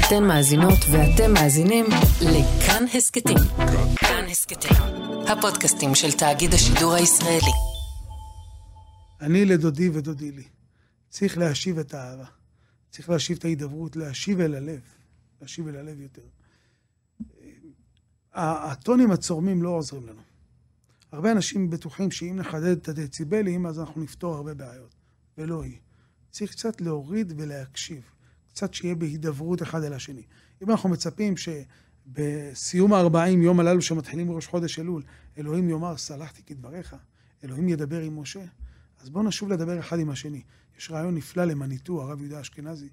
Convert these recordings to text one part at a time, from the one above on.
אתן מאזינות ואתם מאזינים לכאן הסקטים. כאן הסקטים, הפודקאסטים של תאגיד השידור הישראלי. אני לדודי ודודי לי. צריך להשיב את האהבה. צריך להשיב את ההידברות, להשיב אל הלב. להשיב אל הלב יותר. הטונים הצורמים לא עוזרים לנו. הרבה אנשים בטוחים שאם נחדד את הדציבלים, אז אנחנו נפתור הרבה בעיות. ולא היא. צריך קצת להוריד ולהקשיב. קצת שיהיה בהידברות אחד אל השני. אם אנחנו מצפים שבסיום 40 יום הללו שמתחילים בראש חודש אלול, אלוהים יאמר, סלחתי כדבריך, אלוהים ידבר עם משה, אז בואו נשוב לדבר אחד עם השני. יש רעיון נפלא למניטו, הרב יהודה אשכנזי.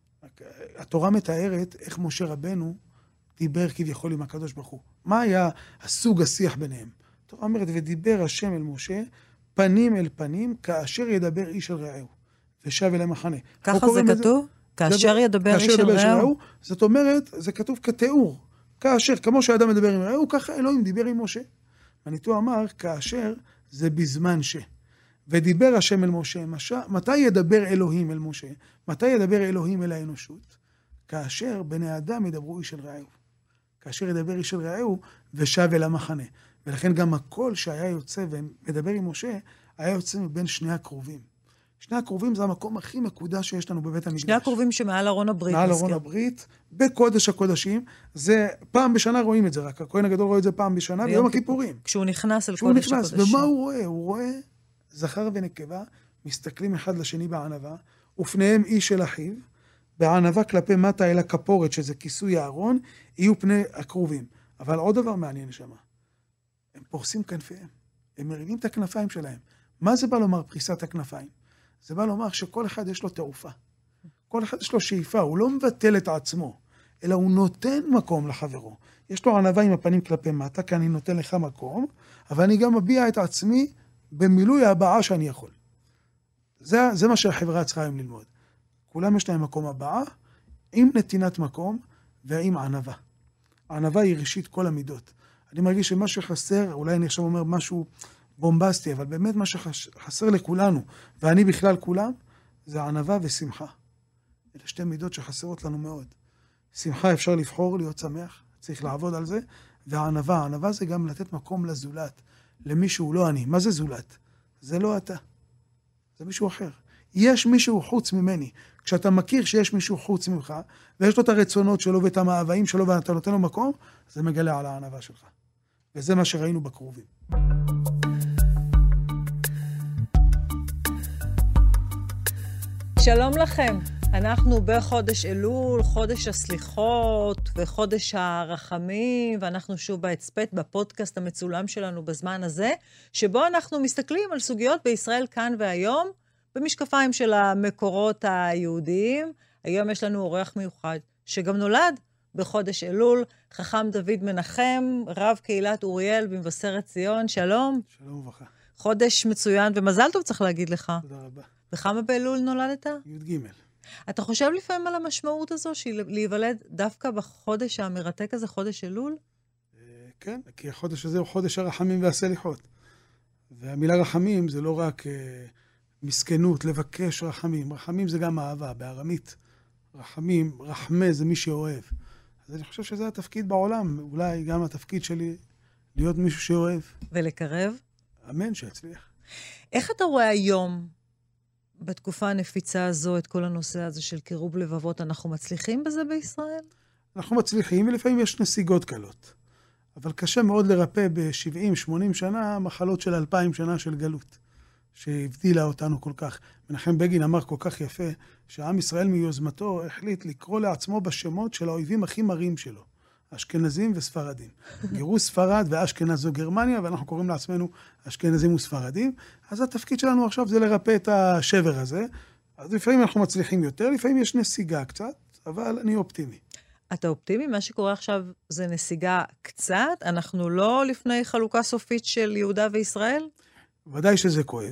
התורה מתארת איך משה רבנו דיבר כביכול עם הקדוש ברוך הוא. מה היה הסוג השיח ביניהם? התורה אומרת, ודיבר השם אל משה, פנים אל פנים, כאשר ידבר איש אל רעהו, ושב אל המחנה. ככה זה כתוב? כאשר ידבר איש אל רעהו? זאת אומרת, זה כתוב כתיאור. כאשר, כמו שהאדם מדבר עם רעהו, ככה אלוהים דיבר עם משה. מניטו אמר, כאשר זה בזמן ש. ודיבר השם אל משה, מתי ידבר אלוהים אל משה? מתי ידבר אלוהים אל האנושות? כאשר בני אדם ידברו איש אל רעהו. כאשר ידבר איש אל רעהו ושב אל המחנה. ולכן גם הקול שהיה יוצא ומדבר עם משה, היה יוצא מבין שני הקרובים. שני הקרובים זה המקום הכי מקודש שיש לנו בבית המקדש. שני הקרובים שמעל ארון הברית. מעל ארון הברית, בקודש הקודשים. זה פעם בשנה רואים את זה רק. הכהן הגדול רואה את זה פעם בשנה, ביום הכיפורים. כשהוא נכנס אל קודש הקודשים. ומה הוא רואה? הוא רואה זכר ונקבה, מסתכלים אחד לשני בענבה, ופניהם איש אל אחיו, בענבה כלפי מטה אל הכפורת, שזה כיסוי הארון, יהיו פני הקרובים. אבל עוד דבר מעניין שם. הם פורסים כנפיהם. הם מרימים את הכנפיים שלהם. מה זה בא לומר פריסת הכנפיים? זה בא לומר שכל אחד יש לו תעופה. כל אחד יש לו שאיפה. הוא לא מבטל את עצמו, אלא הוא נותן מקום לחברו. יש לו ענבה עם הפנים כלפי מטה, כי אני נותן לך מקום, אבל אני גם מביע את עצמי במילוי הבאה שאני יכול. זה מה שהחברה צריכה היום ללמוד. כולם יש להם מקום הבאה, עם נתינת מקום ועם ענבה. הענבה היא ראשית כל המידות. אני מרגיש שמה שחסר, אולי אני עכשיו אומר משהו בומבסטי, אבל באמת מה שחסר לכולנו, ואני בכלל כולם, זה ענבה ושמחה. אלה שתי מידות שחסרות לנו מאוד. שמחה אפשר לבחור להיות שמח, צריך לעבוד על זה, והענבה, הענבה זה גם לתת מקום לזולת, למישהו לא אני. מה זה זולת? זה לא אתה, זה מישהו אחר. יש מישהו חוץ ממני. כשאתה מכיר שיש מישהו חוץ ממך, ויש לו את הרצונות שלו ואת המאוויים שלו, ואתה נותן לו מקום, זה מגלה על הענבה שלך. וזה מה שראינו בקרובים. שלום לכם. אנחנו בחודש אלול, חודש הסליחות וחודש הרחמים, ואנחנו שוב בהצפת בפודקאסט המצולם שלנו בזמן הזה, שבו אנחנו מסתכלים על סוגיות בישראל כאן והיום, במשקפיים של המקורות היהודיים. היום יש לנו אורח מיוחד, שגם נולד בחודש אלול, חכם דוד מנחם, רב קהילת אוריאל במבשרת ציון. שלום. שלום וברכה. חודש מצוין, ומזל טוב צריך להגיד לך. תודה רבה. וכמה באלול נולדת? י"ג. אתה חושב לפעמים על המשמעות הזו, שהיא להיוולד דווקא בחודש המרתק הזה, חודש אלול? כן, כי החודש הזה הוא חודש הרחמים והסליחות. והמילה רחמים זה לא רק מסכנות, לבקש רחמים. רחמים זה גם אהבה, בארמית. רחמים, רחמה זה מי שאוהב. אז אני חושב שזה התפקיד בעולם, אולי גם התפקיד שלי להיות מישהו שאוהב. ולקרב? אמן, שיצליח. איך אתה רואה היום, בתקופה הנפיצה הזו, את כל הנושא הזה של קירוב לבבות? אנחנו מצליחים בזה בישראל? אנחנו מצליחים, ולפעמים יש נסיגות קלות. אבל קשה מאוד לרפא ב-70-80 שנה מחלות של 2000 שנה של גלות, שהבדילה אותנו כל כך. מנחם בגין אמר כל כך יפה, שהעם ישראל מיוזמתו החליט לקרוא לעצמו בשמות של האויבים הכי מרים שלו. אשכנזים וספרדים. גירוש ספרד ואשכנז זו גרמניה, ואנחנו קוראים לעצמנו אשכנזים וספרדים. אז התפקיד שלנו עכשיו זה לרפא את השבר הזה. אז לפעמים אנחנו מצליחים יותר, לפעמים יש נסיגה קצת, אבל אני אופטימי. אתה אופטימי? מה שקורה עכשיו זה נסיגה קצת? אנחנו לא לפני חלוקה סופית של יהודה וישראל? ודאי שזה כואב.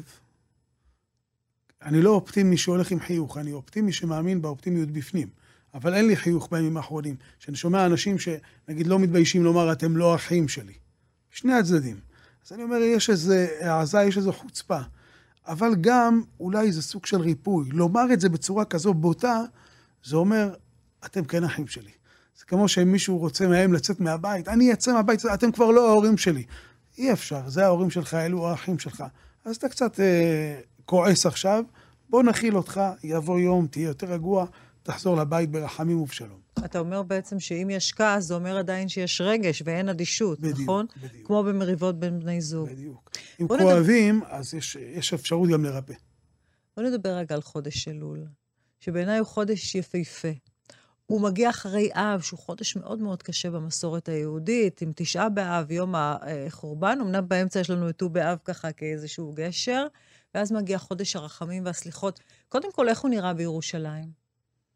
אני לא אופטימי שהולך עם חיוך, אני אופטימי שמאמין באופטימיות בפנים. אבל אין לי חיוך בימים האחרונים, שאני שומע אנשים שנגיד לא מתביישים לומר, אתם לא אחים שלי. שני הצדדים. אז אני אומר, יש איזה העזה, יש איזו חוצפה. אבל גם אולי זה סוג של ריפוי. לומר את זה בצורה כזו בוטה, זה אומר, אתם כן אחים שלי. זה כמו שמישהו רוצה מהם לצאת מהבית, אני אצא מהבית, אתם כבר לא ההורים שלי. אי אפשר, זה ההורים שלך, אלו האחים שלך. אז אתה קצת כועס עכשיו, בוא נכיל אותך, יבוא יום, תהיה יותר רגוע, תחזור לבית ברחמים ובשלום. אתה אומר בעצם שאם יש כעס, זה אומר עדיין שיש רגש ואין אדישות, בדיוק, נכון? בדיוק. כמו במריבות בין בני זוג. בדיוק. אם כואבים, אז יש אפשרות גם לרפא. בוא נדבר רגע על חודש אלול, שבעיניי הוא חודש יפהפה. הוא מגיע אחרי אב, שהוא חודש מאוד מאוד קשה במסורת היהודית, עם 9 באב, יום החורבן, אמנם באמצע יש לנו את ט"ו באב ככה כאיזשהו גשר, ואז מגיע חודש הרחמים והסליחות. קודם כל, איך הוא נראה בירושלים?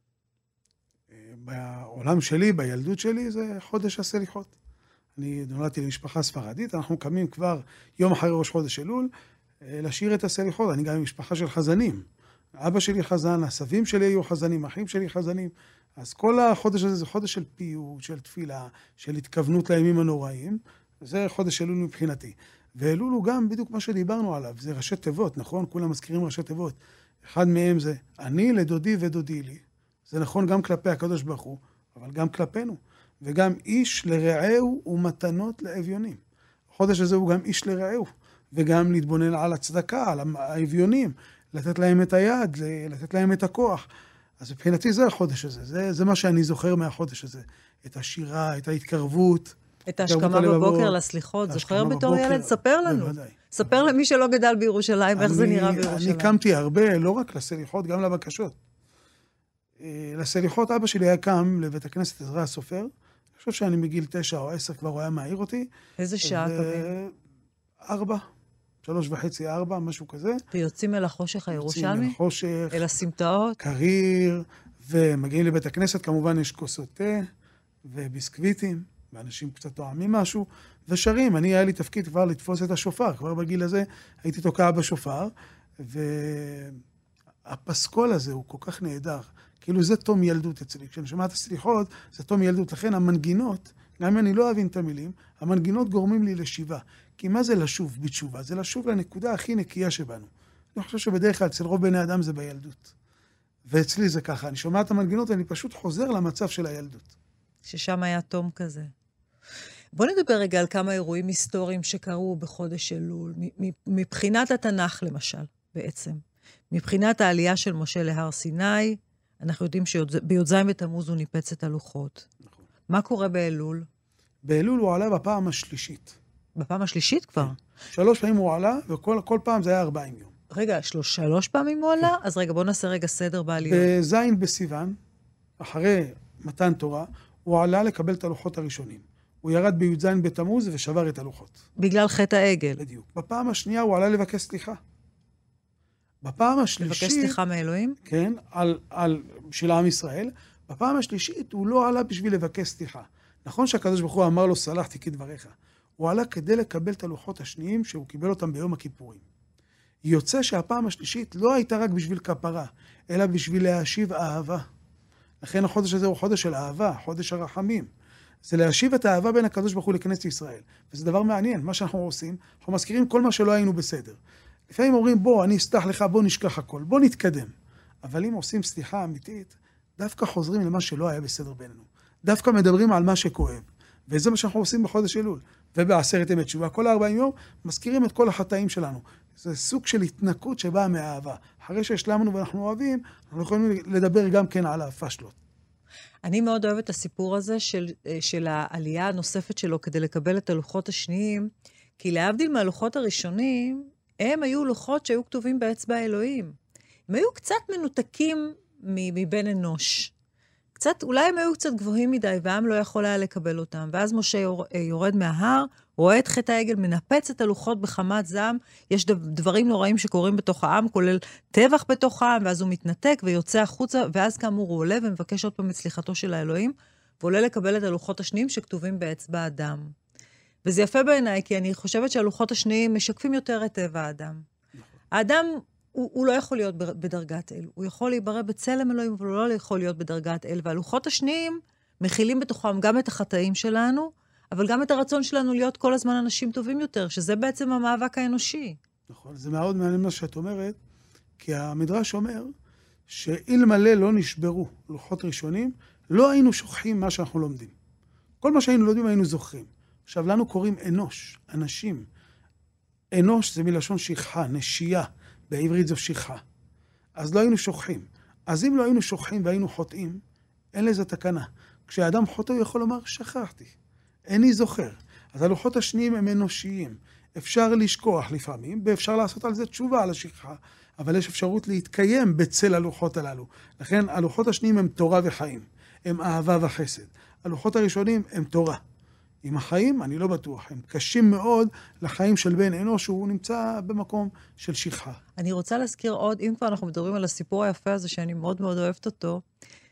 בעולם שלי, בילדות שלי, זה חודש הסליחות. אני נולדתי למשפחה ספרדית, אנחנו קמים כבר יום אחרי ראש חודש אלול, לשיר את הסליחות. אני גם במשפחה של חזנים. אבא שלי חזן, הסבים שלי היו חזנים, אחים שלי חזנים. אז כל החודש הזה זה חודש של פיוט, של תפילה, של התכוונות לימים הנוראים. זה חודש אלול מבחינתי. ואלול הוא גם בדיוק מה שדיברנו עליו. זה ראשי תיבות, נכון? כולם מזכירים ראשי תיבות. אחד מהם זה אני לדודי ודודי לי. זה נכון גם כלפי הקדוש ברוך הוא, אבל גם כלפינו. וגם איש לרעהו ומתנות לאביונים. החודש הזה הוא גם איש לרעהו. וגם להתבונן על הצדקה, על האביונים. לתת להם את היד, לתת להם את הכוח. אז מבחינתי זה החודש הזה. זה מה שאני זוכר מהחודש הזה. את השירה, את ההתקרבות. את ההשכמה בבוקר לסליחות. זוכר בתור ילד? ספר לנו. בוודאי. ספר למי שלא גדל בירושלים, איך זה נראה בירושלים. אני קמתי הרבה, לא רק לסליחות, גם לבקשות. לסליחות אבא שלי היה קם לבית הכנסת עזרא הסופר. אני חושב שאני מגיל 9 או 10 כבר הוא היה מעיר אותי. איזה שעה קמים? 4. 3:30, 4, משהו כזה. ויוצאים אל החושך הירושלמי? יוצאים אל החושך. אל הסמטאות? קריר, ומגיעים לבית הכנסת, כמובן יש כוסות תה וביסקוויטים, ואנשים קצת טועמים משהו, ושרים. היה לי תפקיד כבר לתפוס את השופר, כבר בגיל הזה הייתי תוקע בשופר, והפסקול הזה הוא כל כך נהדר. כאילו זה תום ילדות אצלי. כשאני שומע את הסליחות, זה תום ילדות. לכן המנגינות, גם אם אני לא אבין את המילים, המנגינות גורמים לי לשיבה. כי מה זה לשוב בתשובה? זה לשוב לנקודה הכי נקייה שבנו. אני חושב שבדרך כלל אצל רוב בני אדם זה בילדות. ואצלי זה ככה. אני שומע את המנגינות ואני פשוט חוזר למצב של הילדות. ששם היה תום כזה. בוא נדבר רגע על כמה אירועים היסטוריים שקרו בחודש אלול. מבחינת התנ"ך למשל, בעצם. מבחינת העלייה של משה להר סיני, אנחנו יודעים שבי"ז בתמוז הוא ניפץ את הלוחות. נכון. מה קורה באלול? באלול הוא עלה בפעם השלישית. בפעם השלישית כבר? 3 פעמים הוא עלה, וכל פעם זה היה 40 יום. רגע, 3 פעמים הוא עלה? אז רגע, בוא נעשה רגע סדר בעליות. בזין בסיוון, אחרי מתן תורה, הוא עלה לקבל את הלוחות הראשונים. הוא ירד בי"ז בתמוז ושבר את הלוחות. בגלל חטא העגל. בדיוק. בפעם השנייה הוא עלה לבקש סליחה. בפעם השלישית... לבקש סליחה מאלוהים? כן, של עם ישראל. בפעם השלישית הוא לא עלה בשביל לבקש סליחה. נכון שהקדוש ברוך הוא אמר לו, סלחתי כדבריך. הוא עלה כדי לקבל את הלוחות השניים שהוא קיבל אותם ביום הכיפורים. יוצא שהפעם השלישית לא הייתה רק בשביל כפרה, אלא בשביל להשיב אהבה. לכן החודש הזה הוא חודש של אהבה, חודש הרחמים. זה להשיב את האהבה בין הקדוש ברוך הוא לכנסת ישראל. וזה דבר מעניין, מה שאנחנו עושים, אנחנו מזכירים כל מה שלא היינו בסדר. לפעמים אומרים, בוא, אני אסתח לך, בוא נשכח הכל, בוא נתקדם. אבל אם עושים סליחה אמיתית, דווקא חוזרים למה שלא היה בסדר בינינו. דווקא מדברים על מה שכואב. וזה מה שאנחנו עושים בחודש אלול. ובעשרת ימי תשובה, כל 40 יום, מזכירים את כל החטאים שלנו. זה סוג של התנקות שבאה מאהבה. אחרי שהשלמנו ואנחנו אוהבים, אנחנו יכולים לדבר גם כן על הפשלות. אני מאוד אוהבת את הסיפור הזה של העלייה הנוספת שלו כדי לקבל את הלוחות השניים, כי להבדיל מהלוחות הראשונים, הם היו לוחות שהיו כתובים באצבע האלוהים. הם היו קצת מנותקים מבן אנוש. אולי הם היו קצת גבוהים מדי, והעם לא יכול היה לקבל אותם. ואז משה יורד מההר, רואה את חטא העגל, מנפץ את הלוחות בחמת זעם. יש דברים נוראים שקורים בתוך העם, כולל טבח בתוך העם, ואז הוא מתנתק ויוצא החוצה, ואז כאמור הוא עולה ומבקש עוד פעם את סליחתו של האלוהים, ועולה לקבל את הלוחות השניים שכתובים באצבע האדם. וזה יפה בעיניי, כי אני חושבת שהלוחות השניים משקפים יותר את טבע האדם. האדם הוא לא יכול להיות בדרגת אל. הוא יכול להיברא בצלם אלוהים, אבל הוא לא יכול להיות בדרגת אל. והלוחות השניים מכילים בתוכם גם את החטאים שלנו, אבל גם את הרצון שלנו להיות כל הזמן אנשים טובים יותר, שזה בעצם המאבק האנושי. נכון, זה מאוד מעניין מה שאת אומרת, כי המדרש אומר שאלמלא לא נשברו לוחות ראשונים, לא היינו שוכחים מה שאנחנו לומדים. כל מה שהיינו לומדים היינו זוכרים. עכשיו, לנו קוראים אנוש, אנשים. אנוש זה מלשון שכחה, נשייה. בעברית זו שכחה. אז לא היינו שוכחים. אז אם לא היינו שוכחים והיינו חוטאים, אין לזה תקנה. כשאדם חוטא הוא יכול לומר, שכחתי. איני זוכר. אז הלוחות השניים הם אנושיים. אפשר לשכוח לפעמים, ואפשר לעשות על זה תשובה על השכחה, אבל יש אפשרות להתקיים בצל הלוחות הללו. לכן הלוחות השניים הם תורה וחיים. הם אהבה וחסד. הלוחות הראשונים הם תורה. עם החיים, אני לא בטוח, הם קשים מאוד לחיים של בן אנוש, שהוא נמצא במקום של שכחה. אני רוצה להזכיר עוד, אם כבר אנחנו מדברים על הסיפור היפה הזה, שאני מאוד מאוד אוהבת אותו,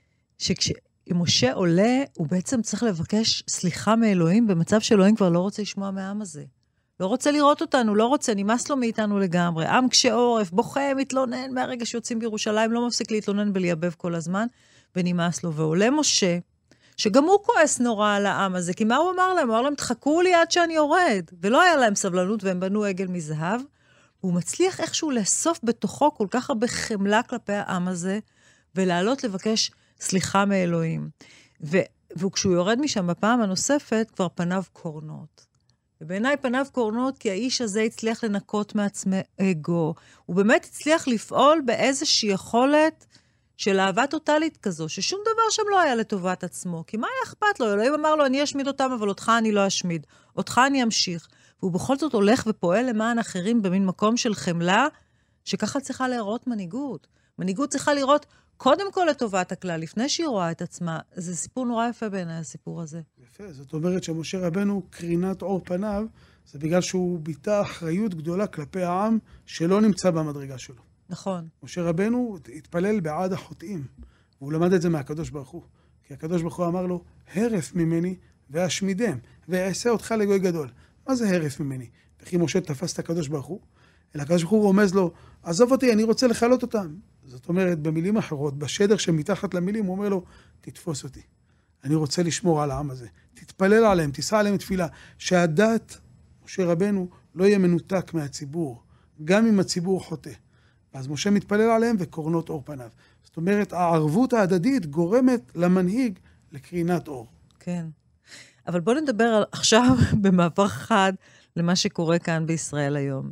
שכשמשה עולה, הוא בעצם צריך לבקש סליחה מאלוהים, במצב שאלוהים כבר לא רוצה לשמוע מהעם הזה. לא רוצה לראות אותנו, לא רוצה, נמאס לו מאיתנו לגמרי. עם קשה עורף, בוכה, מתלונן, מהרגע שיוצאים בירושלים, לא מפסיק להתלונן ולייבב כל הזמן, ונמאס לו. ועולה משה, שגם הוא כועס נורא על העם הזה, כי מה הוא אמר להם? הוא אמר להם, תחכו לי עד שאני יורד. ולא היה להם סבלנות, והם בנו עגל מזהב. והוא מצליח איכשהו לאסוף בתוכו כל כך הרבה חמלה כלפי העם הזה, ולעלות לבקש סליחה מאלוהים. וכשהוא יורד משם בפעם הנוספת, כבר פניו קורנות. ובעיניי פניו קורנות, כי האיש הזה הצליח לנקות מעצמי אגו. הוא באמת הצליח לפעול באיזושהי יכולת של אהבה טוטלית כזו, ששום דבר שם לא היה לטובת עצמו. כי מה היה אכפת לו? אלוהים אמר לו, אני אשמיד אותם, אבל אותך אני לא אשמיד. אותך אני אמשיך. והוא בכל זאת הולך ופועל למען אחרים במין מקום של חמלה, שככה צריכה להראות מנהיגות. מנהיגות צריכה לראות קודם כל לטובת הכלל, לפני שהיא רואה את עצמה. זה סיפור נורא יפה בעיניי, הסיפור הזה. יפה, זאת אומרת שמשה רבנו קרינת אור פניו, זה בגלל שהוא ביטא אחריות גדולה כלפי העם שלא נמצא במדרגה שלו. נכון. משה רבנו התפלל בעד החוטאים, והוא למד את זה מהקדוש ברוך הוא. כי הקדוש ברוך הוא אמר לו, הרף ממני ואשמידם, ואעשה אותך לגוי גדול. מה זה הרף ממני? וכי משה תפס את הקדוש ברוך הוא, אלא הקדוש ברוך הוא רומז לו, עזוב אותי, אני רוצה לחלות אותם. זאת אומרת, במילים אחרות, בשדר שמתחת למילים, הוא אומר לו, תתפוס אותי. אני רוצה לשמור על העם הזה. תתפלל עליהם, תישא עליהם תפילה. שהדת, משה רבנו, לא יהיה מנותק מהציבור, גם אם הציבור חוטא. אז משה מתפלל עליהם וקורנות אור פניו. זאת אומרת, הערבות ההדדית גורמת למנהיג לקרינת אור. כן. אבל בואו נדבר עכשיו במעבר חד למה שקורה כאן בישראל היום.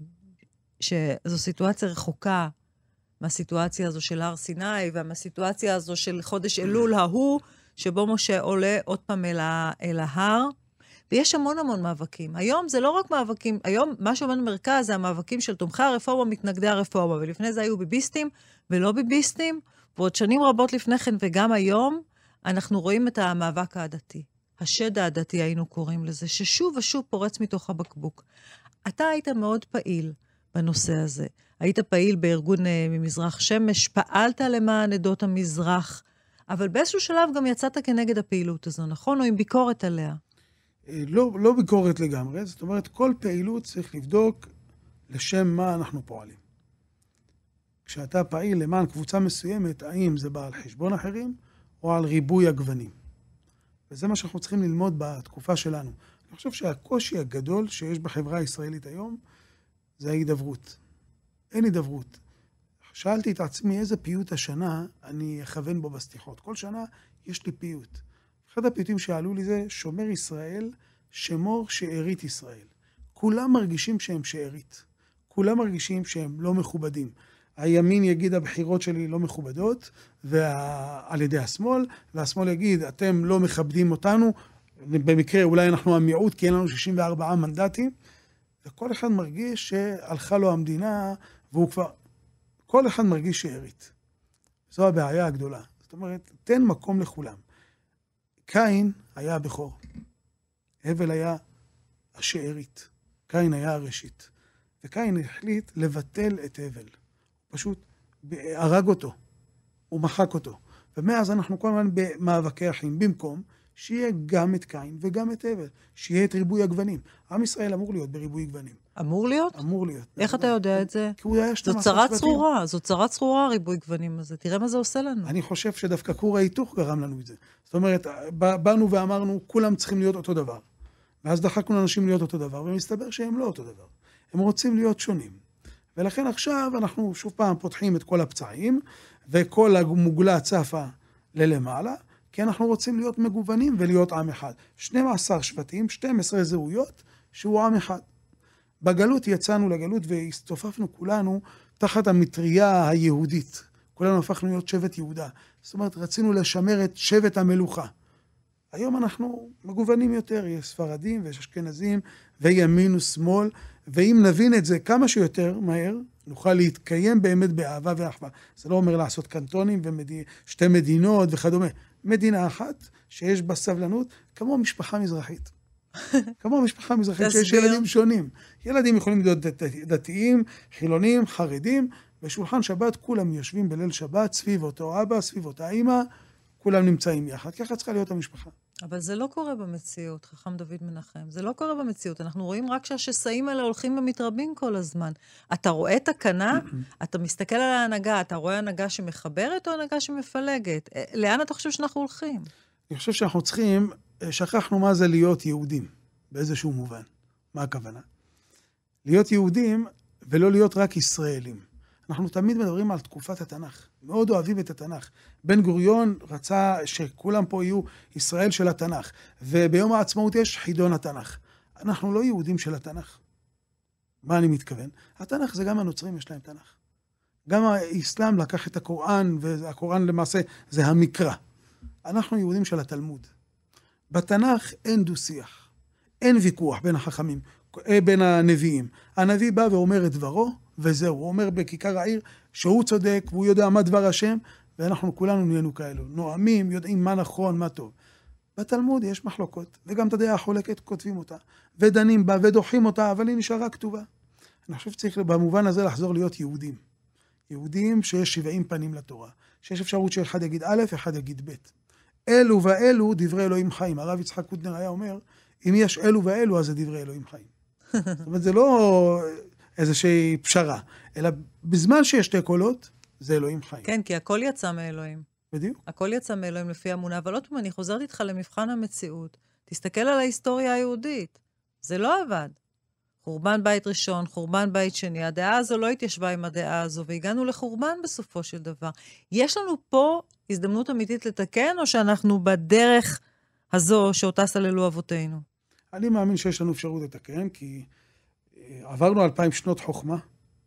שזו סיטואציה רחוקה מהסיטואציה הזו של הר סיני, ומהסיטואציה הזו של חודש אלול ההוא, שבו משה עולה עוד פעם אל ההר, ויש המון המון מאבקים. היום זה לא רק מאבקים, היום מה שעומד במרכז זה המאבקים של תומכי הרפורמה, מתנגדי הרפורמה, ולפני זה היו ביביסטים ולא ביביסטים, ועוד שנים רבות לפני כן וגם היום, אנחנו רואים את המאבק העדתי. השד העדתי היינו קוראים לזה, ששוב ושוב פורץ מתוך הבקבוק. אתה היית מאוד פעיל בנושא הזה. היית פעיל בארגון ממזרח שמש, פעלת למען עדות המזרח, אבל באיזשהו שלב גם יצאת כנגד הפעילות הזו, נכון? או עם ביקורת עליה? לא ביקורת לגמרי, זאת אומרת, כל פעילות צריך לבדוק לשם מה אנחנו פועלים. כשאתה פעיל למען קבוצה מסוימת, האם זה בא על חשבון אחרים, או על ריבוי הגוונים. וזה מה שאנחנו צריכים ללמוד בתקופה שלנו. אני חושב שהקושי הגדול שיש בחברה הישראלית היום, זה ההידברות. אין הידברות. שאלתי את עצמי איזה פיוט השנה אני אכוון בו בסליחות. כל שנה יש לי פיוט. אחד הפיוטים שעלו לי זה, שומר ישראל, שמור שארית ישראל. כולם מרגישים שהם שארית. כולם מרגישים שהם לא מכובדים. הימין יגיד, הבחירות שלי לא מכובדות, על ידי השמאל, והשמאל יגיד, אתם לא מכבדים אותנו, במקרה אולי אנחנו המיעוט, כי אין לנו 64 מנדטים, וכל אחד מרגיש שהלכה לו המדינה, והוא כבר, כל אחד מרגיש שארית. זו הבעיה הגדולה. זאת אומרת, תן מקום לכולם. קין היה הבכור. הבל היה השארית. קין היה הראשית. וקין החליט לבטל את הבל. פשוט הרג אותו. הוא מחק אותו. ומאז אנחנו כל הזמן במאבקי אחים. במקום שיהיה גם את קין וגם את הבל. שיהיה את ריבוי הגוונים. עם ישראל אמור להיות בריבוי גוונים. אמור להיות? אמור להיות. איך אתה יודע את זה? כי הוא היה 12 זו צרה צרורה. זו צרה צרורה ריבוי גוונים הזה. תראה מה זה עושה לנו. אני חושב שדווקא כור ההיתוך גרם לנו את זה. זאת אומרת, באנו ואמרנו, כולם צריכים להיות אותו דבר. ואז דחקנו לאנשים להיות אותו דבר, ומסתבר שהם לא אותו דבר. הם רוצים להיות שונים. ולכן עכשיו אנחנו שוב פעם פותחים את כל הפצעים, וכל המוגלה צפה ללמעלה, כי אנחנו רוצים להיות מגוונים ולהיות עם אחד. 12 שבטים, 12 זהויות, שהוא עם אחד. בגלות יצאנו לגלות והסתופפנו כולנו תחת המטריה היהודית. כולנו הפכנו להיות שבט יהודה. זאת אומרת, רצינו לשמר את שבט המלוכה. היום אנחנו מגוונים יותר, יש ספרדים ויש אשכנזים וימין ושמאל, ואם נבין את זה כמה שיותר מהר, נוכל להתקיים באמת באהבה ואחווה. זה לא אומר לעשות קנטונים ושתי מדינות וכדומה. מדינה אחת שיש בה סבלנות, כמו משפחה מזרחית. כמו משפחה מזרחית שיש ילדים שונים. ילדים יכולים להיות דתיים, חילונים, חרדים, בשולחן שבת כולם יושבים בליל שבת, סביב אותו אבא, סביב אותה אמא, כולם נמצאים יחד. ככה צריכה להיות המשפחה. אבל זה לא קורה במציאות, חכם דוד מנחם. זה לא קורה במציאות. אנחנו רואים רק שהשסעים האלה הולכים ומתרבים כל הזמן. אתה רואה תקנה, אתה מסתכל על ההנהגה, אתה רואה הנהגה שמחברת או הנהגה שמפלגת. לאן אתה חושב שאנחנו הולכים? אני חושב שאנחנו צריכים, שכחנו מה זה להיות יהודים, באיזשהו מובן. מה הכוונה? להיות יהודים ולא להיות רק ישראלים. אנחנו תמיד מדברים על תקופת התנ"ך. מאוד אוהבים את התנ"ך. בן גוריון רצה שכולם פה יהיו ישראל של התנ"ך. וביום העצמאות יש חידון התנ"ך. אנחנו לא יהודים של התנ"ך. מה אני מתכוון? התנ"ך זה גם הנוצרים יש להם תנ"ך. גם האסלאם לקח את הקוראן, והקוראן למעשה זה המקרא. אנחנו יהודים של התלמוד. בתנ"ך אין דו-שיח. אין ויכוח בין החכמים, בין הנביאים. הנביא בא ואומר את דברו, וזהו, הוא אומר בכיכר העיר שהוא צודק, והוא יודע מה דבר השם, ואנחנו כולנו נהיינו כאלו. נועמים, יודעים מה נכון, מה טוב. בתלמוד יש מחלוקות, וגם את הדעה החולקת כותבים אותה, ודנים בה ודוחים אותה, אבל היא נשארה כתובה. אני חושב שצריך במובן הזה לחזור להיות יהודים. יהודים שיש 70 פנים לתורה. שיש אפשרות שאחד יגיד א', אחד יגיד ב'. אלו ואלו דברי אלוהים חיים. הרב יצחק קוטנר היה אומר, אם יש אלו ואלו, אז זה דברי אלוהים חיים. זאת אומרת, זה לא איזושהי פשרה, אלא בזמן שיש שתי קולות, זה אלוהים חיים. כן, כי הכל יצא מאלוהים. בדיוק. הכל יצא מאלוהים לפי אמונה, אבל עוד פעם, אני חוזרת איתך למבחן המציאות. תסתכל על ההיסטוריה היהודית. זה לא עבד. חורבן בית ראשון, חורבן בית שני, הדעה הזו לא התיישבה עם הדעה הזו, והגענו לחורבן בסופו של דבר. יש לנו פה הזדמנות אמיתית לתקן, או שאנחנו בדרך הזו שאותה סללו אבותינו? אני מאמין שיש לנו אפשרות לתקן, כי עברנו 2000 שנות חוכמה,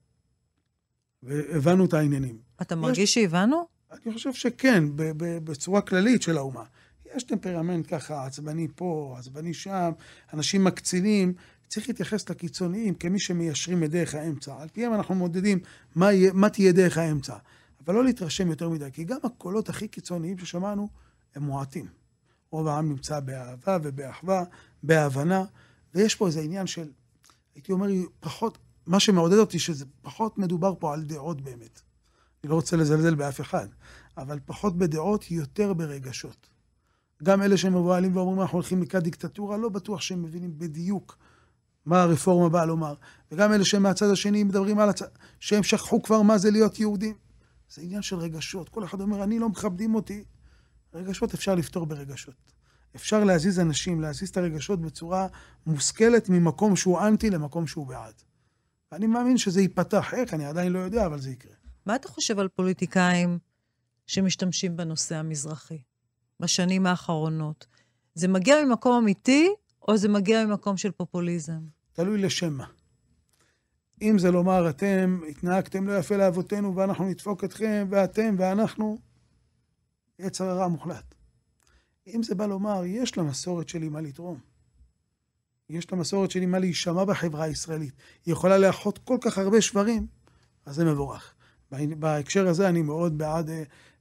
והבנו את העניינים. אתה מרגיש שהבנו? אני חושב שכן, בצורה כללית של האומה. יש טמפרמנט ככה, עצבני פה, עצבני שם, אנשים מקצינים, צריך להתייחס לקיצוניים כמי שמיישרים את דרך האמצע. על פיהם אנחנו מודדים מה תהיה דרך האמצע. אבל לא להתרשם יותר מדי, כי גם הקולות הכי קיצוניים ששמענו הם מועטים. רוב העם נמצא באהבה ובאחווה, בהבנה, ויש פה איזה עניין של, הייתי אומר, פחות, מה שמעודד אותי שזה פחות מדובר פה על דעות באמת. אני לא רוצה לזלזל באף אחד, אבל פחות בדעות, יותר ברגשות. גם אלה שמבועלים ואומרים, אנחנו הולכים לקראת דיקטטורה, לא בטוח שהם מבינים בדיוק מה הרפורמה באה לומר. וגם אלה שמהצד השני מדברים על שהם שכחו כבר מה זה להיות יהודים. זה עניין של רגשות. כל אחד אומר, אני לא מכבדים אותי. רגשות אפשר לפתור ברגשות. אפשר להזיז אנשים, להזיז את הרגשות בצורה מושכלת ממקום שהוא אנטי למקום שהוא בעד. ואני מאמין שזה ייפתח. איך? אני עדיין לא יודע, אבל זה יקרה. מה אתה חושב על פוליטיקאים שמשתמשים בנושא המזרחי בשנים האחרונות? זה מגיע ממקום אמיתי, או זה מגיע ממקום של פופוליזם? תלוי לשם מה. אם זה לומר, אתם התנהגתם לא יפה לאבותינו, ואנחנו נדפוק אתכם, ואתם ואנחנו, יצר הרע מוחלט. אם זה בא לומר, יש למסורת שלי מה לתרום. יש למסורת שלי מה להישמע בחברה הישראלית. היא יכולה לאחות כל כך הרבה שברים, אז זה מבורך. בהקשר הזה אני מאוד בעד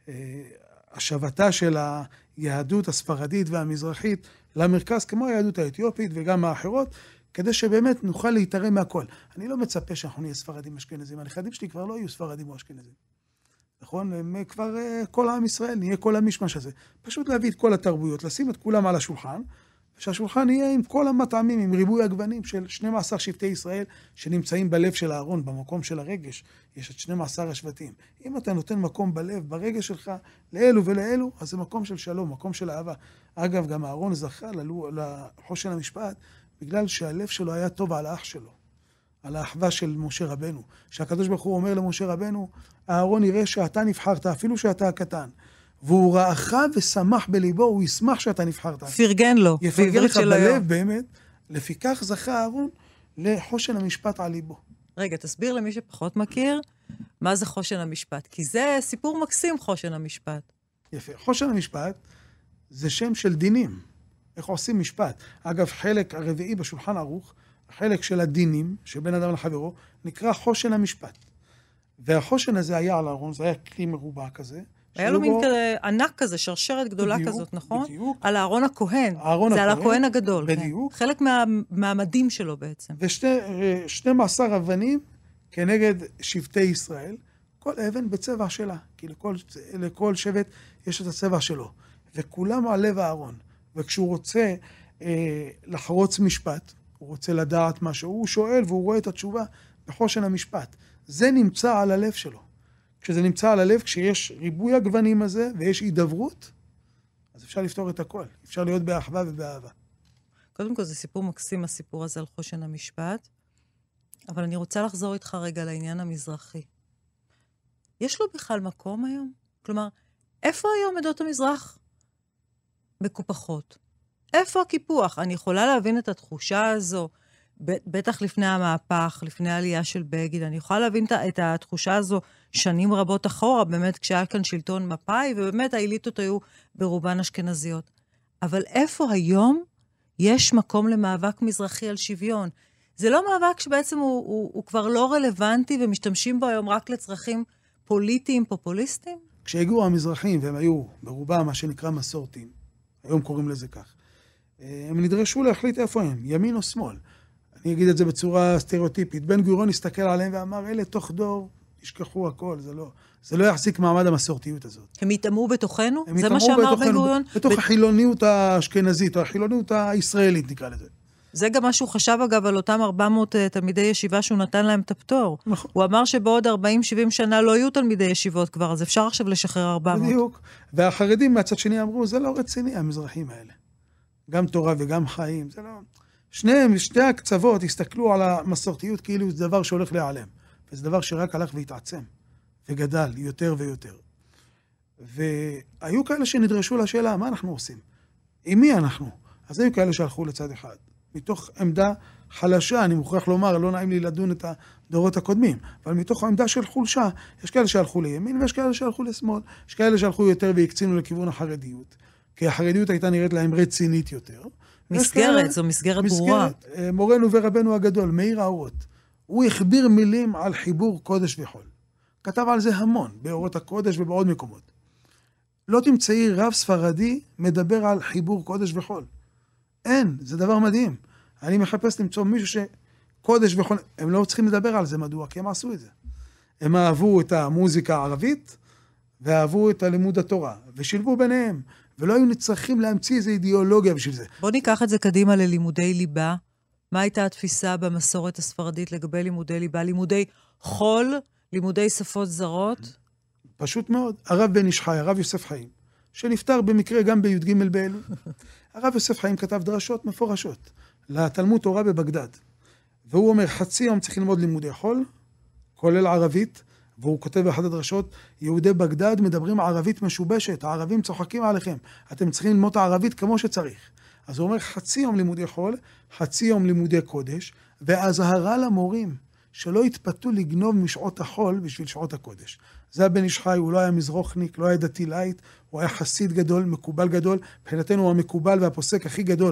השבתה של היהדות הספרדית והמזרחית למרכז, כמו היהדות האתיופית וגם האחרות, כדי שבאמת נוכל להתערם מהכל. אני לא מצפה שאנחנו נהיה ספרדים אשכנזים. הנכדים שלי כבר לא יהיו ספרדים או אשכנזים. נכון? הם כבר כל העם ישראל, נהיה כל המשמש הזה. פשוט להביא את כל התרבויות, לשים את כולם על השולחן, ושהשולחן יהיה עם כל המטעמים, עם ריבוי הגוונים של 12 שבטי ישראל שנמצאים בלב של הארון, במקום של הרגש. יש את 12 השבטים. אם אתה נותן מקום בלב, ברגש שלך, לאלו ולאלו, אז זה מקום של שלום, מקום של אהבה. אגב, גם הארון זכה לחושן המשפט, בגלל שהלב שלו היה טוב על האח שלו. על האחווה של משה רבנו, שהקדוש ברוך הוא אומר למשה רבנו, אהרון יראה שאתה נבחרת, אפילו שאתה הקטן, והוא רעך ושמח בליבו, הוא ישמח שאתה נבחרת. פרגן לו, יפרגן לך בלב באמת, לפיכך זכה אהרון לחושן המשפט על ליבו. רגע, תסביר למי שפחות מכיר, מה זה חושן המשפט, כי זה סיפור מקסים, חושן המשפט. יפה, חושן המשפט זה שם של דינים, איך עושים משפט. אגב, חלק הרביעי בשולחן ערוך, החלק של הדינים, שבין אדם לחברו, נקרא חושן המשפט. והחושן הזה היה על אהרון, זה היה כלי מרובע כזה. היה לו מין כזה ענק כזה, שרשרת גדולה כזאת, נכון? בדיוק. על אהרון הכהן. זה על הכהן הגדול. בדיוק. חלק מהמדים שלו בעצם. ו12 אבנים כנגד שבטי ישראל, כל אבן בצבע שלה, כי לכל שבט יש את הצבע שלו. וכולם על לב אהרון. וכשהוא רוצה לחרוץ משפט, הוא רוצה לדעת משהו, הוא שואל והוא רואה את התשובה בחושן המשפט. זה נמצא על הלב שלו. כשזה נמצא על הלב, כשיש ריבוי הגוונים הזה ויש הידברות, אז אפשר לפתור את הכל. אפשר להיות באחווה ובאהבה. קודם כל זה סיפור מקסים, הסיפור הזה על חושן המשפט, אבל אני רוצה לחזור איתך רגע לעניין המזרחי. יש לו בכלל מקום היום? כלומר, איפה היום עדות המזרח מקופחות? איפה הקיפוח? אני יכולה להבין את התחושה הזו, בטח לפני המהפך, לפני העלייה של בגין, אני יכולה להבין את התחושה הזו שנים רבות אחורה, באמת כשהיה כאן שלטון מפאי, ובאמת האליטות היו ברובן אשכנזיות. אבל איפה היום יש מקום למאבק מזרחי על שוויון? זה לא מאבק שבעצם הוא כבר לא רלוונטי, ומשתמשים בו היום רק לצרכים פוליטיים, פופוליסטיים? כשהגיעו המזרחים, והם היו ברובם מה שנקרא מסורתיים, היום קוראים לזה כך, הם נדרשו להחליט איפה הם, ימין או שמאל. אני אגיד את זה בצורה סטריאוטיפית. בן גוריון הסתכל עליהם ואמר, אלה תוך דור, ישכחו הכל, זה לא יחזיק מעמד המסורתיות הזאת. הם יתאמו בתוכנו? זה מה שאמר בן גוריון? בתוך החילוניות האשכנזית, או החילוניות הישראלית, נקרא לזה. זה גם מה שהוא חשב, אגב, על אותם 400 תלמידי ישיבה שהוא נתן להם את הפטור. נכון. הוא אמר שבעוד 40-70 שנה לא יהיו תלמידי ישיבות כבר, אז אפשר עכשיו לשחרר 400. בדיוק. והחרדים מהצד שני אמרו, זה לא רציני, המזרחים האלה. גם תורה וגם חיים, זה לא... שתי הקצוות הסתכלו על המסורתיות כאילו זה דבר שהולך להיעלם. וזה דבר שרק הלך והתעצם, וגדל יותר ויותר. והיו כאלה שנדרשו לשאלה, מה אנחנו עושים? עם מי אנחנו? אז היו כאלה שהלכו לצד אחד. מתוך עמדה חלשה, אני מוכרח לומר, לא נעים לי לדון את הדורות הקודמים, אבל מתוך העמדה של חולשה, יש כאלה שהלכו לימין ויש כאלה שהלכו לשמאל. יש כאלה שהלכו יותר והקצינו לכיוון החרדיות. כי החרדיות הייתה נראית להם רצינית יותר. מסגרת, זו מסגרת ברורה. מורנו ורבנו הגדול, מאיר האורות, הוא הכביר מילים על חיבור קודש וחול. כתב על זה המון, באורות הקודש ובעוד מקומות. לא תמצאי רב ספרדי מדבר על חיבור קודש וחול. אין, זה דבר מדהים. אני מחפש למצוא מישהו שקודש וחול, הם לא צריכים לדבר על זה, מדוע? כי הם עשו את זה. הם אהבו את המוזיקה הערבית, ואהבו את הלימוד התורה, ושילבו ביניהם. ולא היו נצטרכים להמציא איזו אידיאולוגיה בשביל זה. בוא ניקח את זה קדימה ללימודי ליבה. מה הייתה התפיסה במסורת הספרדית לגבי לימודי ליבה? לימודי חול, לימודי שפות זרות? פשוט מאוד. הרב בן איש חי, הרב יוסף חיים, שנפטר במקרה גם בי"ג באלול. הרב יוסף חיים כתב דרשות מפורשות לתלמוד תורה בבגדד. והוא אומר, חצי יום צריך ללמוד לימודי חול, כולל ערבית, והוא כותב באחת הדרשות, יהודי בגדד מדברים ערבית משובשת, הערבים צוחקים עליכם, אתם צריכים ללמוד הערבית כמו שצריך. אז הוא אומר, חצי יום לימודי חול, חצי יום לימודי קודש, והזהרה למורים, שלא התפתו לגנוב משעות החול בשביל שעות הקודש. זה הבן איש חי, הוא לא היה מזרוחניק, לא היה דתי לייט, הוא היה חסיד גדול, מקובל גדול, מבחינתנו הוא המקובל והפוסק הכי גדול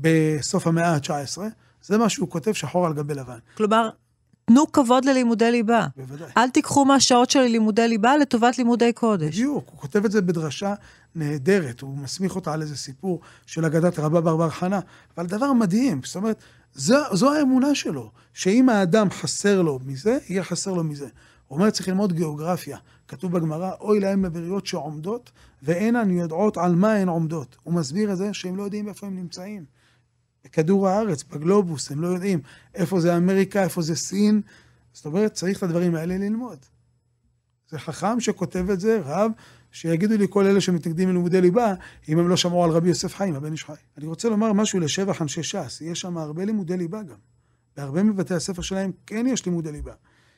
בסוף המאה ה-19, זה מה שהוא כותב שחור על גבי לבן. כלומר, תנו כבוד ללימודי ליבה. בוודאי. אל תיקחו מהשעות של לימודי ליבה לטובת לימודי קודש. בדיוק, הוא כותב את זה בדרשה נהדרת, הוא מסמיך אותה על איזה סיפור של אגדת רבא בר חנה, אבל דבר מדהים, זאת אומרת, זו האמונה שלו, שאם האדם חסר לו מזה, יהיה חסר לו מזה. הוא אומר, צריך ללמוד גיאוגרפיה. כתוב בגמרא, אוי להם לבריות שעומדות, ואינן יודעות על מה הן עומדות. הוא מסביר את זה שהם לא יודעים איפה הם נמצאים. בכדור הארץ, בגלובוס, הם לא יודעים איפה זה אמריקה, איפה זה סין. זאת אומרת, צריך את הדברים האלה ללמוד. זה חכם שכותב את זה, רב, שיגידו לי כל אלה שמתנגדים ללימודי ליבה, אם הם לא שמעו על רבי יוסף חיים, הבן איש חי. אני רוצה לומר משהו לשבח אנשי ש"ס, יש שם הרבה לימודי ליבה גם. בהרבה מבתי הספר שלהם כן יש לימוד הליבה.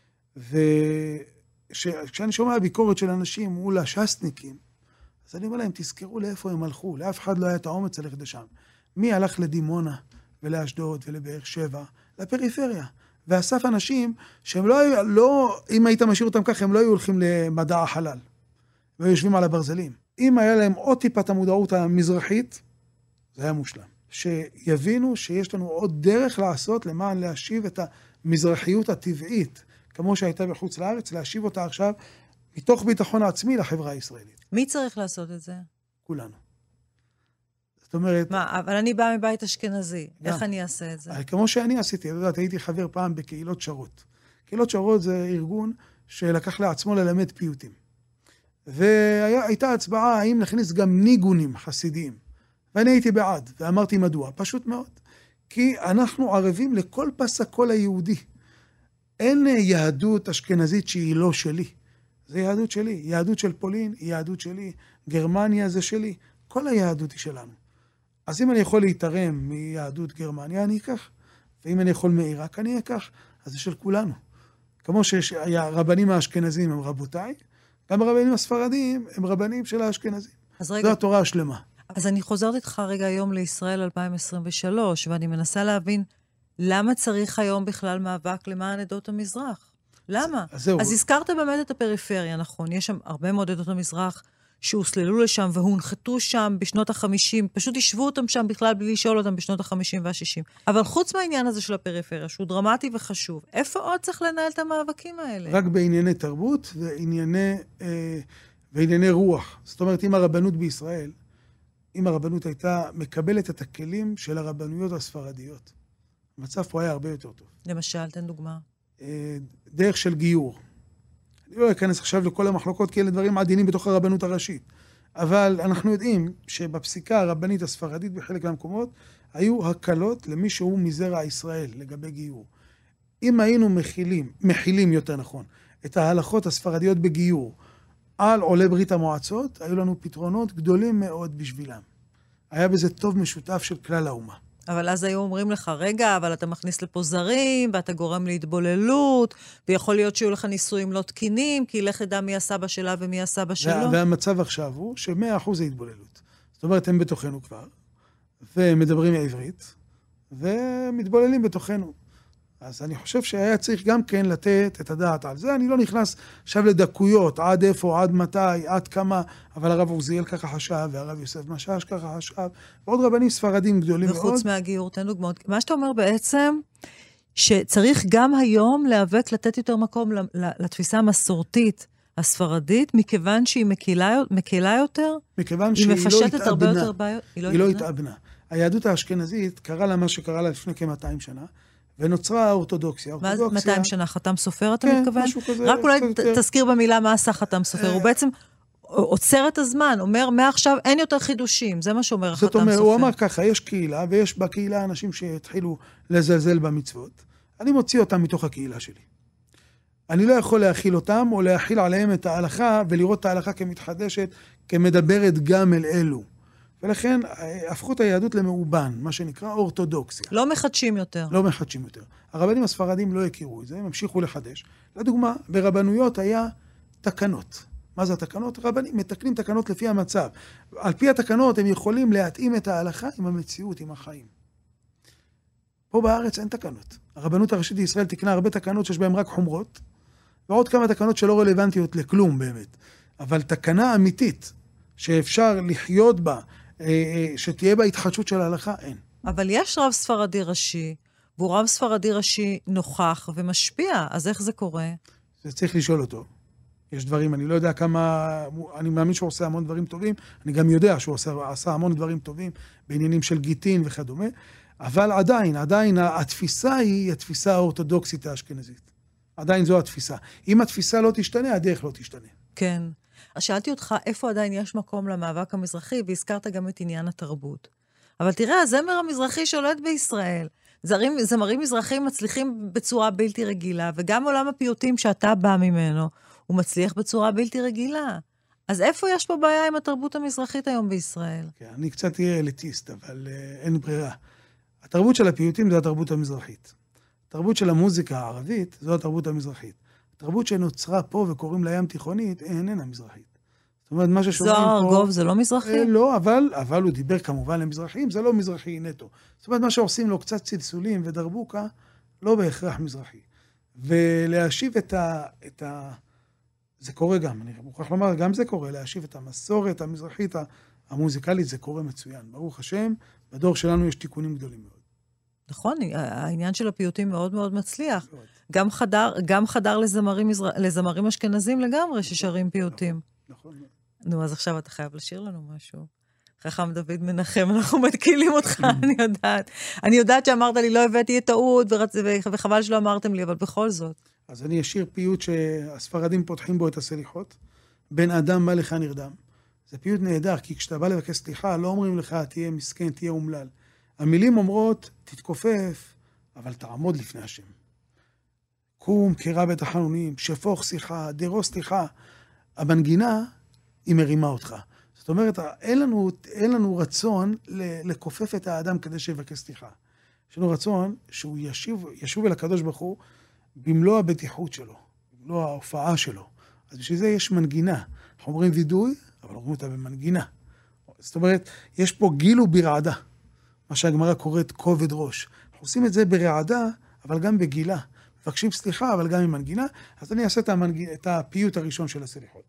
וכשאני שומע ביקורת של אנשים מול הש"סניקים, אז אני אומר להם, תזכרו לאיפה הם הלכו. לאף אחד לא היה את האומץ ללכת לשם. מי הלך לדימונה ולאשדוד ולבאר שבע? לפריפריה. ואסף אנשים שהם לא, אם היית משאיר אותם ככה, הם לא היו הולכים למדע החלל. והיו יושבים על הברזלים. אם היה להם עוד טיפת המודעות המזרחית, זה היה מושלם. שיבינו שיש לנו עוד דרך לעשות למען להשיב את המזרחיות הטבעית, כמו שהייתה בחוץ לארץ, להשיב אותה עכשיו מתוך ביטחון העצמי לחברה הישראלית. מי צריך לעשות את זה? כולנו. זאת אומרת... מה, אבל אני באה מבית אשכנזי. איך אני אעשה את זה? כמו שאני עשיתי, הייתי חבר פעם בקהילות שרות. קהילות שרות זה ארגון שלקח לעצמו ללמד פיוטים. והייתה הצבעה האם נכניס גם ניגונים חסידיים. ואני הייתי בעד, ואמרתי מדוע. פשוט מאוד. כי אנחנו ערבים לכל פסקול היהודי. אין יהדות אשכנזית שהיא לא שלי. זה יהדות שלי. יהדות של פולין היא יהדות שלי. גרמניה זה שלי. כל היהדות היא שלנו. אז אם אני יכול להתערם מיהדות גרמניה, אני אקח. ואם אני יכול מעיראק, אני אקח. אז זה של כולנו. כמו שהרבנים האשכנזים הם רבותיי, גם הרבנים הספרדים הם רבנים של האשכנזים. זו התורה השלמה. אז אני חוזרת איתך רגע היום לישראל 2023, ואני מנסה להבין למה צריך היום בכלל מאבק למען עדות המזרח? למה? אז הזכרת באמת את הפריפריה, נכון? יש שם הרבה מאוד עדות המזרח שהוסללו לשם והונחתו שם בשנות ה-50, פשוט ישבו אותם שם בכלל בלי לשאול אותם בשנות ה-50 וה-60. אבל חוץ מהעניין הזה של הפריפריה, שהוא דרמטי וחשוב, איפה עוד צריך לנהל את המאבקים האלה? רק בענייני תרבות וענייני רוח. זאת אומרת, אם הרבנות בישראל, אם הרבנות הייתה מקבלת את הכלים של הרבנויות הספרדיות, המצב פה היה הרבה יותר טוב. למשל, תן דוגמה. דרך של גיור. אני לא אכנס עכשיו לכל המחלוקות, כי אלה דברים עדינים בתוך הרבנות הראשית. אבל אנחנו יודעים שבפסיקה הרבנית הספרדית בחלק מהמקומות, היו הקלות למי שהוא מזרע ישראל לגבי גיור. אם היינו מכילים יותר נכון, את ההלכות הספרדיות בגיור על עולי ברית המועצות, היו לנו פתרונות גדולים מאוד בשבילם. היה בזה טוב משותף של כלל האומה. אבל אז היו אומרים לך, רגע, אבל אתה מכניס לפה זרים, ואתה גורם להתבוללות, ויכול להיות שיהיו לך ניסויים לא תקינים, כי לך ידע מי הסבא שלה ומי הסבא שלו. והמצב עכשיו הוא ש100% זה התבוללות. זאת אומרת, הם בתוכנו כבר, ומדברים עברית, ומתבוללים בתוכנו. אז אני חושב שהיה צריך גם כן לתת את הדעת על זה. אני לא נכנס עכשיו לדקויות, עד איפה, עד מתי, עד כמה, אבל הרב עוזיאל ככה חשב, והרב יוסף משש ככה חשב, ועוד רבנים ספרדים גדולים מאוד. וחוץ מהגיור, תן דוגמאות. מה שאתה אומר בעצם, שצריך גם היום להיאבק לתת יותר מקום לתפיסה המסורתית הספרדית, מכיוון שהיא מקילה יותר, מכיוון שהיא לא התאבנה. היא לא התאבנה. היהדות האשכנזית קרה לה מה שקרה לה לפני כ-200 שנה, ונוצרה האורתודוקסיה. 200 שנה חתם סופר, אתה מתכוון? משהו כזה. רק אולי תזכיר במילה מה עשה חתם סופר. הוא בעצם עוצר את הזמן, אומר, מעכשיו אין יותר חידושים. זה מה שאומר חתם סופר. זאת אומרת, הוא אמר ככה, יש קהילה, ויש בקהילה אנשים שהתחילו לזלזל במצוות. אני מוציא אותם מתוך הקהילה שלי. אני לא יכול להכיל אותם, או להכיל עליהם את ההלכה, ולראות את ההלכה כמתחדשת, כמדברת גם אל אלו. ולכן הפכו את היהדות למאובן, מה שנקרא אורתודוקסיה. לא מחדשים יותר. לא מחדשים יותר. הרבנים הספרדים לא הכירו את זה, הם המשיכו לחדש. לדוגמה, ברבנויות היה תקנות. מה זה התקנות? רבנים מתקנים תקנות לפי המצב. על פי התקנות הם יכולים להתאים את ההלכה עם המציאות, עם החיים. פה בארץ אין תקנות. הרבנות הראשית בישראל תקנה הרבה תקנות שיש בהן רק חומרות, ועוד כמה תקנות שלא רלוונטיות לכלום באמת. אבל תקנה אמיתית שאפשר לחיות בה, שתהיה בה התחדשות של ההלכה, אין. אבל יש רב ספרדי ראשי, והוא רב ספרדי ראשי נוכח ומשפיע, אז איך זה קורה? זה צריך לשאול אותו. יש דברים, אני לא יודע כמה, אני מאמין שהוא עושה המון דברים טובים, אני גם יודע שהוא עשה המון דברים טובים, בעניינים של גיטין וכדומה, אבל עדיין התפיסה היא התפיסה האורתודוקסית האשכנזית. עדיין זו התפיסה. אם התפיסה לא תשתנה, הדרך לא תשתנה. כן. אז שאלתי אותך, איפה עדיין יש מקום למאבק המזרחי, והזכרת גם את עניין התרבות. אבל תראה, הזמר המזרחי שולט בישראל. זמרים מזרחים מצליחים בצורה בלתי רגילה, וגם עולם הפיוטים שאתה בא ממנו, הוא מצליח בצורה בלתי רגילה. אז איפה יש פה בעיה עם התרבות המזרחית היום בישראל? כן, אני קצת אהיה אליטיסט, אבל אין ברירה. התרבות של הפיוטים זה התרבות המזרחית. התרבות של המוזיקה הערבית, זו התרבות המזרחית. התרבות שנוצרה פה וקוראים לה ים תיכונית, איננה מזרחית. זאת אומרת, מה ששומעים פה... זוהר ארגוב זה לא מזרחי? לא, אבל הוא דיבר כמובן למזרחים, זה לא מזרחי נטו. זאת אומרת, מה שעושים לו קצת צלצולים ודרבוקה, לא בהכרח מזרחי. ולהשיב זה קורה גם, אני מוכרח לומר, גם זה קורה, להשיב את המסורת המזרחית המוזיקלית, זה קורה מצוין. ברוך השם, בדור שלנו יש תיקונים גדולים מאוד. נכון, העניין של הפיוטים מאוד מאוד מצליח. גם חדר לזמרים אשכנזים לגמרי ששרים פיוטים. נכון. נו, אז עכשיו אתה חייב לשיר לנו משהו. חכם דוד מנחם, אנחנו מתקילים אותך, אני יודעת. אני יודעת שאמרת לי, לא הבאתי את טעות, וחבל שלא אמרתם לי, אבל בכל זאת. אז אני אשיר פיוט שהספרדים פותחים בו את הסליחות. בן אדם מה לך נרדם. זה פיוט נהדר, כי כשאתה בא לבקש סליחה, לא אומרים לך, תהיה מסכן, תהיה אומלל. המילים אומרות, תתכופף, אבל תעמוד לפני השם. קום, קרא בית החנונים, שפוך שיחה, דרוס סליחה. המנגינה, היא מרימה אותך. זאת אומרת, אין לנו רצון לכופף את האדם כדי שיבקש סליחה. יש לנו רצון שהוא ישוב אל הקדוש ברוך הוא במלוא הבטיחות שלו, במלוא ההופעה שלו. אז בשביל זה יש מנגינה. אנחנו אומרים וידוי, אבל אומרים אותה במנגינה. זאת אומרת, יש פה גיל וברעדה, מה שהגמרא קוראת כובד ראש. אנחנו עושים את זה ברעדה, אבל גם בגילה. מבקשים סליחה, אבל גם עם מנגינה. אז אני אעשה את הפיוט הראשון של הסליחות.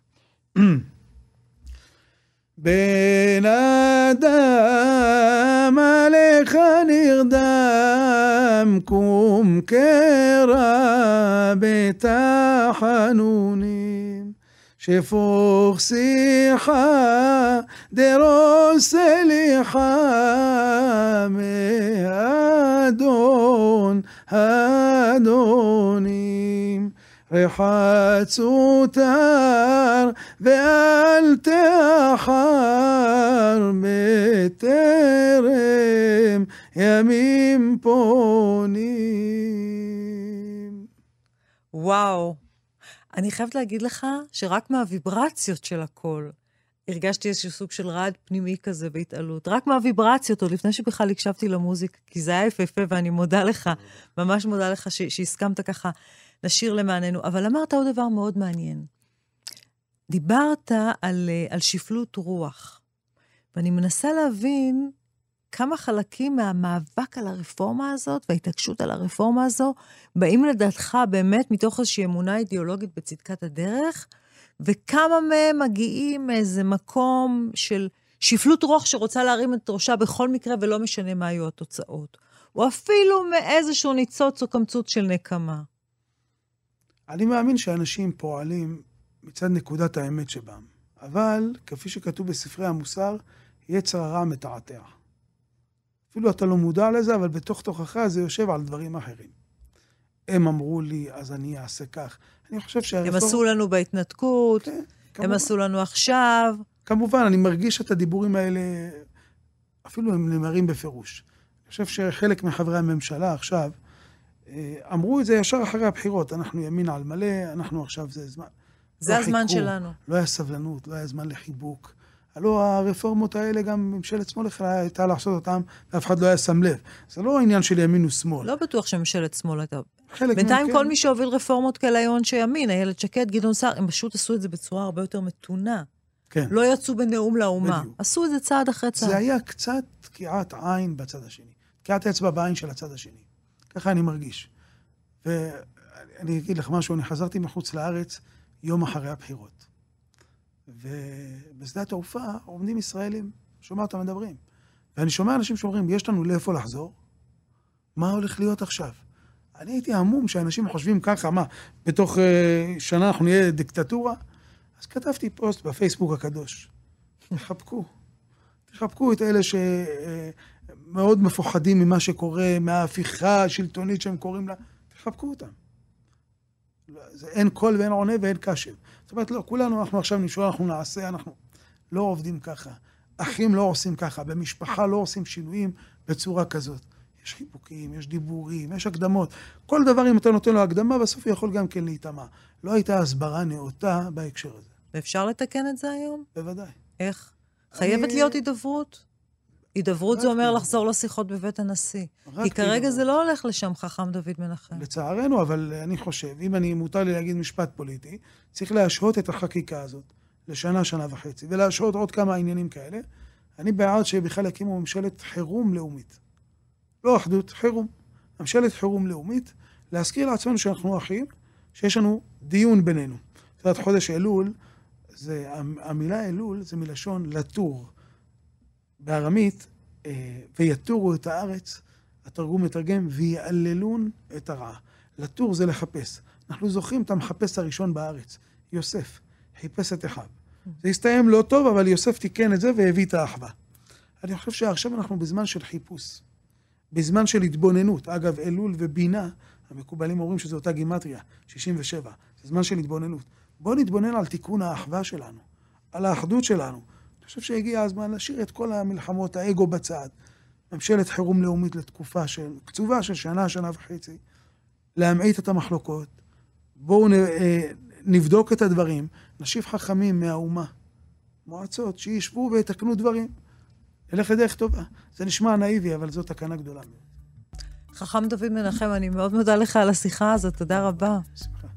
בן אדם עליך נרדם, קום קרא בתחנונים, שפוך שיחה דרוס סליחה מאדון אדונים. רחץ ותר ואל תאחר בטרם ימים פונים. וואו, אני חייבת להגיד לך שרק מהוויברציות של הכל, הרגשתי איזשהו סוג של רעד פנימי כזה בהתעלות. רק מהוויברציות, עוד לפני שבכלל הקשבתי למוזיקה, כי זה היה יפה ואני מודה לך, ממש מודה לך שהסכמת ככה לשיר למעננו. אבל אמרת עוד דבר מאוד מעניין. דיברת על שפלות רוח. ואני מנסה להבין כמה חלקים מהמאבק על הרפורמה הזאת, וההתעקשות על הרפורמה הזו, באים לדעתך באמת מתוך איזושהי אמונה אידיאולוגית בצדקת הדרך, וכמה מהם מגיעים מאיזה מקום של שפלות רוח שרוצה להרים את ראשה בכל מקרה, ולא משנה מה היו התוצאות. או אפילו מאיזשהו ניצוץ או קמצוץ של נקמה. אני מאמין שאנשים פועלים מצד נקודת האמת שבם. אבל, כפי שכתוב בספרי המוסר, יצר הרע מתעתע. אפילו אתה לא מודע לזה, אבל בתוך תוכך זה יושב על דברים אחרים. הם אמרו לי, אז אני אעשה כך. אני חושב שהרפורמה... הם עשו לנו בהתנתקות, כן, הם עשו לנו עכשיו. כמובן, אני מרגיש את הדיבורים האלה, אפילו הם נאמרים בפירוש. אני חושב שחלק מחברי הממשלה עכשיו, אמרו את זה ישר אחרי הבחירות. אנחנו ימין על מלא, אנחנו עכשיו זה זמן. זה הזמן שלנו. לא היה סבלנות, לא היה זמן לחיבוק. הלוא הרפורמות האלה גם ממשלת שמאל הייתה לעשות אותם, ואף אחד לא היה שם לב. זה לא העניין של ימין ושמאל. לא בטוח שממשלת שמאל הייתה. בינתיים כל מי שהוביל רפורמות כאלה היו אנשי ימין, איילת שקד, גדעון סער, הם פשוט עשו את זה בצורה הרבה יותר מתונה. כן. לא יצאו בנאום לאומה. עשו את זה צעד אחרי צעד. זה היה קצת תקיעת עין בצד השני. תקיעת אצבע בעין של הצד השני. ככה אני מרגיש. ואני אגיד לך משהו, אני חזרתי מחוץ לארץ יום אחרי הבחירות. ובשדה התעופה עומדים ישראלים, שומע אותם מדברים. ואני שומע אנשים שאומרים, יש לנו לאיפה לחזור? מה הולך להיות עכשיו? אני הייתי המום שאנשים חושבים ככה, מה, בתוך שנה אנחנו נהיה דיקטטורה? אז כתבתי פוסט בפייסבוק הקדוש. תחבקו את אלה שמאוד מפוחדים ממה שקורה, מההפיכה השלטונית שהם קוראים לה. תחבקו אותם. אין קול ואין עונה ואין קשב. זאת אומרת, לא, כולנו, אנחנו עכשיו נשאר, אנחנו נעשה, אנחנו לא עובדים ככה. אחים לא עושים ככה, במשפחה לא עושים שינויים בצורה כזאת. יש חיבוקים, יש דיבורים, יש הקדמות. כל דבר, אם אתה נותן לו הקדמה, בסוף הוא יכול גם כן להתאמה. לא הייתה הסברה נאותה בהקשר הזה. ואפשר לתקן את זה היום? בוודאי. איך? חייבת להיות הידברות? הידברות זה אומר לחזור לשיחות בבית הנשיא. כי כרגע זה לא הולך לשם, חכם דוד מנחם. לצערנו, אבל אני חושב, אם אני מותר לי להגיד משפט פוליטי, צריך להשהות את החקיקה הזאת לשנה, שנה וחצי, ולהשהות עוד כמה עניינים כאלה. אני בעד שבכלל הקימו ממשלת חירום לאומית. לא אחדות, חירום. ממשלת חירום לאומית, להזכיר לעצמנו שאנחנו אחים, שיש לנו דיון בינינו. זאת אומרת, חודש אלול, המילה אלול זה מלשון לטור. בארמית, ויתורו את הארץ, התרגום מתרגם, ויעללון את הרעה. לטור זה לחפש. אנחנו זוכרים את המחפש הראשון בארץ, יוסף, חיפש את אחיו. זה הסתיים לא טוב, אבל יוסף תיקן את זה והביא את האחווה. אני חושב שעכשיו אנחנו בזמן של חיפוש, בזמן של התבוננות. אגב, אלול ובינה, המקובלים אומרים שזו אותה גימטריה, 67. זה זמן של התבוננות. בואו נתבונן על תיקון האחווה שלנו, על האחדות שלנו. אני חושב שהגיע הזמן להשאיר את כל המלחמות, האגו בצד, ממשלת חירום לאומית לתקופה קצובה של שנה, שנה וחצי, להמעיט את המחלוקות, בואו נבדוק את הדברים, נשיב חכמים מהאומה, מועצות שישבו ויתקנו דברים, נלך לדרך טובה. זה נשמע נאיבי, אבל זו תקנה גדולה מאוד. חכם דוד מנחם, אני מאוד מודה לך על השיחה הזאת, תודה רבה. שמחה.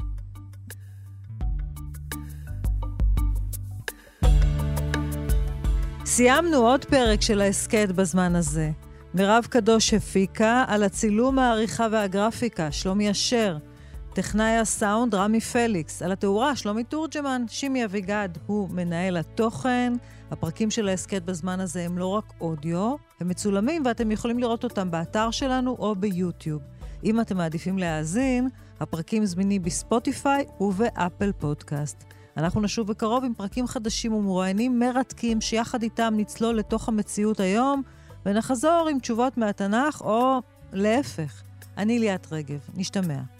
סיימנו עוד פרק של ההסקט בזמן הזה. מירב קדוש הפיקה, על הצילום, העריכה והגרפיקה, שלומי אשר. טכנאי הסאונד, רמי פליקס. על התאורה, שלומי תורג'מן. שימי אביגד הוא מנהל התוכן. הפרקים של ההסקט בזמן הזה הם לא רק אודיו, הם מצולמים ואתם יכולים לראות אותם באתר שלנו או ביוטיוב. אם אתם מעדיפים להאזין, הפרקים זמינים בספוטיפיי ובאפל פודקאסט. אנחנו נשוב בקרוב עם פרקים חדשים ומרואיינים מרתקים שיחד איתם נצלול לתוך המציאות היום ונחזור עם תשובות מהתנ"ך או להפך. אני ליאת רגב, נשתמע.